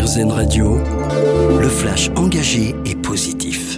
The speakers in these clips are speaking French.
RZN Radio, le flash engagé et positif.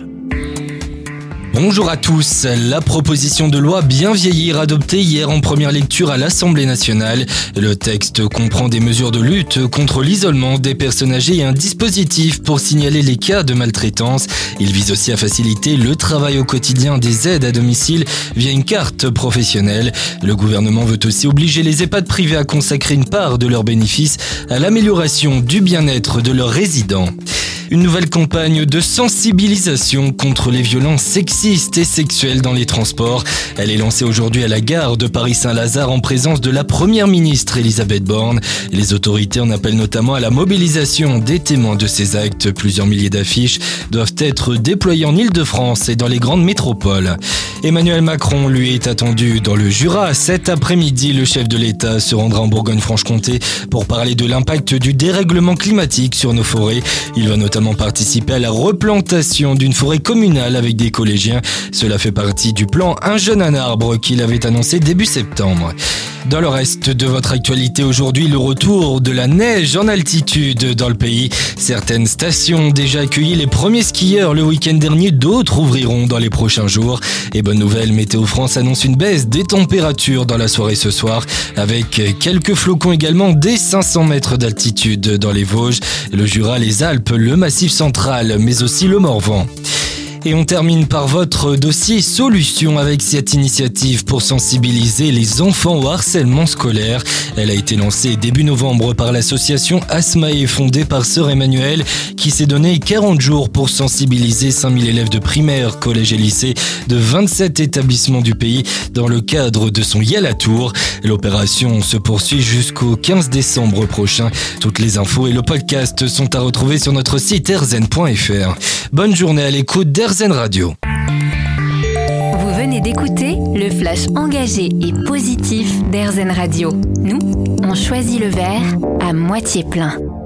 Bonjour à tous. La proposition de loi Bien vieillir adoptée hier en première lecture à l'Assemblée nationale. Le texte comprend des mesures de lutte contre l'isolement des personnes âgées et un dispositif pour signaler les cas de maltraitance. Il vise aussi à faciliter le travail au quotidien des aides à domicile via une carte professionnelle. Le gouvernement veut aussi obliger les EHPAD privés à consacrer une part de leurs bénéfices à l'amélioration du bien-être de leurs résidents. Une nouvelle campagne de sensibilisation contre les violences sexistes et sexuelles dans les transports. Elle est lancée aujourd'hui à la gare de Paris-Saint-Lazare en présence de la première ministre Elisabeth Borne. Les autorités en appellent notamment à la mobilisation des témoins de ces actes. Plusieurs milliers d'affiches doivent être déployées en Île-de-France et dans les grandes métropoles. Emmanuel Macron, lui, est attendu dans le Jura. Cet après-midi, le chef de l'État se rendra en Bourgogne-Franche-Comté pour parler de l'impact du dérèglement climatique sur nos forêts. Il va notamment participer à la replantation d'une forêt communale avec des collégiens. Cela fait partie du plan Un jeune un arbre qu'il avait annoncé début septembre. Dans le reste de votre actualité aujourd'hui, le retour de la neige en altitude dans le pays. Certaines stations ont déjà accueilli les premiers skieurs le week-end dernier, d'autres ouvriront dans les prochains jours. Et bonne nouvelle, Météo France annonce une baisse des températures dans la soirée ce soir, avec quelques flocons également dès 500 mètres d'altitude dans les Vosges, le Jura, les Alpes, le Massif central, mais aussi le Morvan. Et on termine par votre dossier solution avec cette initiative pour sensibiliser les enfants au harcèlement scolaire. Elle a été lancée début novembre par l'association Asmae, fondée par Sœur Emmanuelle, qui s'est donné 40 jours pour sensibiliser 5000 élèves de primaire, collège et lycée de 27 établissements du pays dans le cadre de son Y'a la Tour. L'opération se poursuit jusqu'au 15 décembre prochain. Toutes les infos et le podcast sont à retrouver sur notre site rzn.fr. Bonne journée à l'écoute d'RZN Radio. Vous venez d'écouter le flash engagé et positif d'RZN Radio. Nous, on choisit le verre à moitié plein.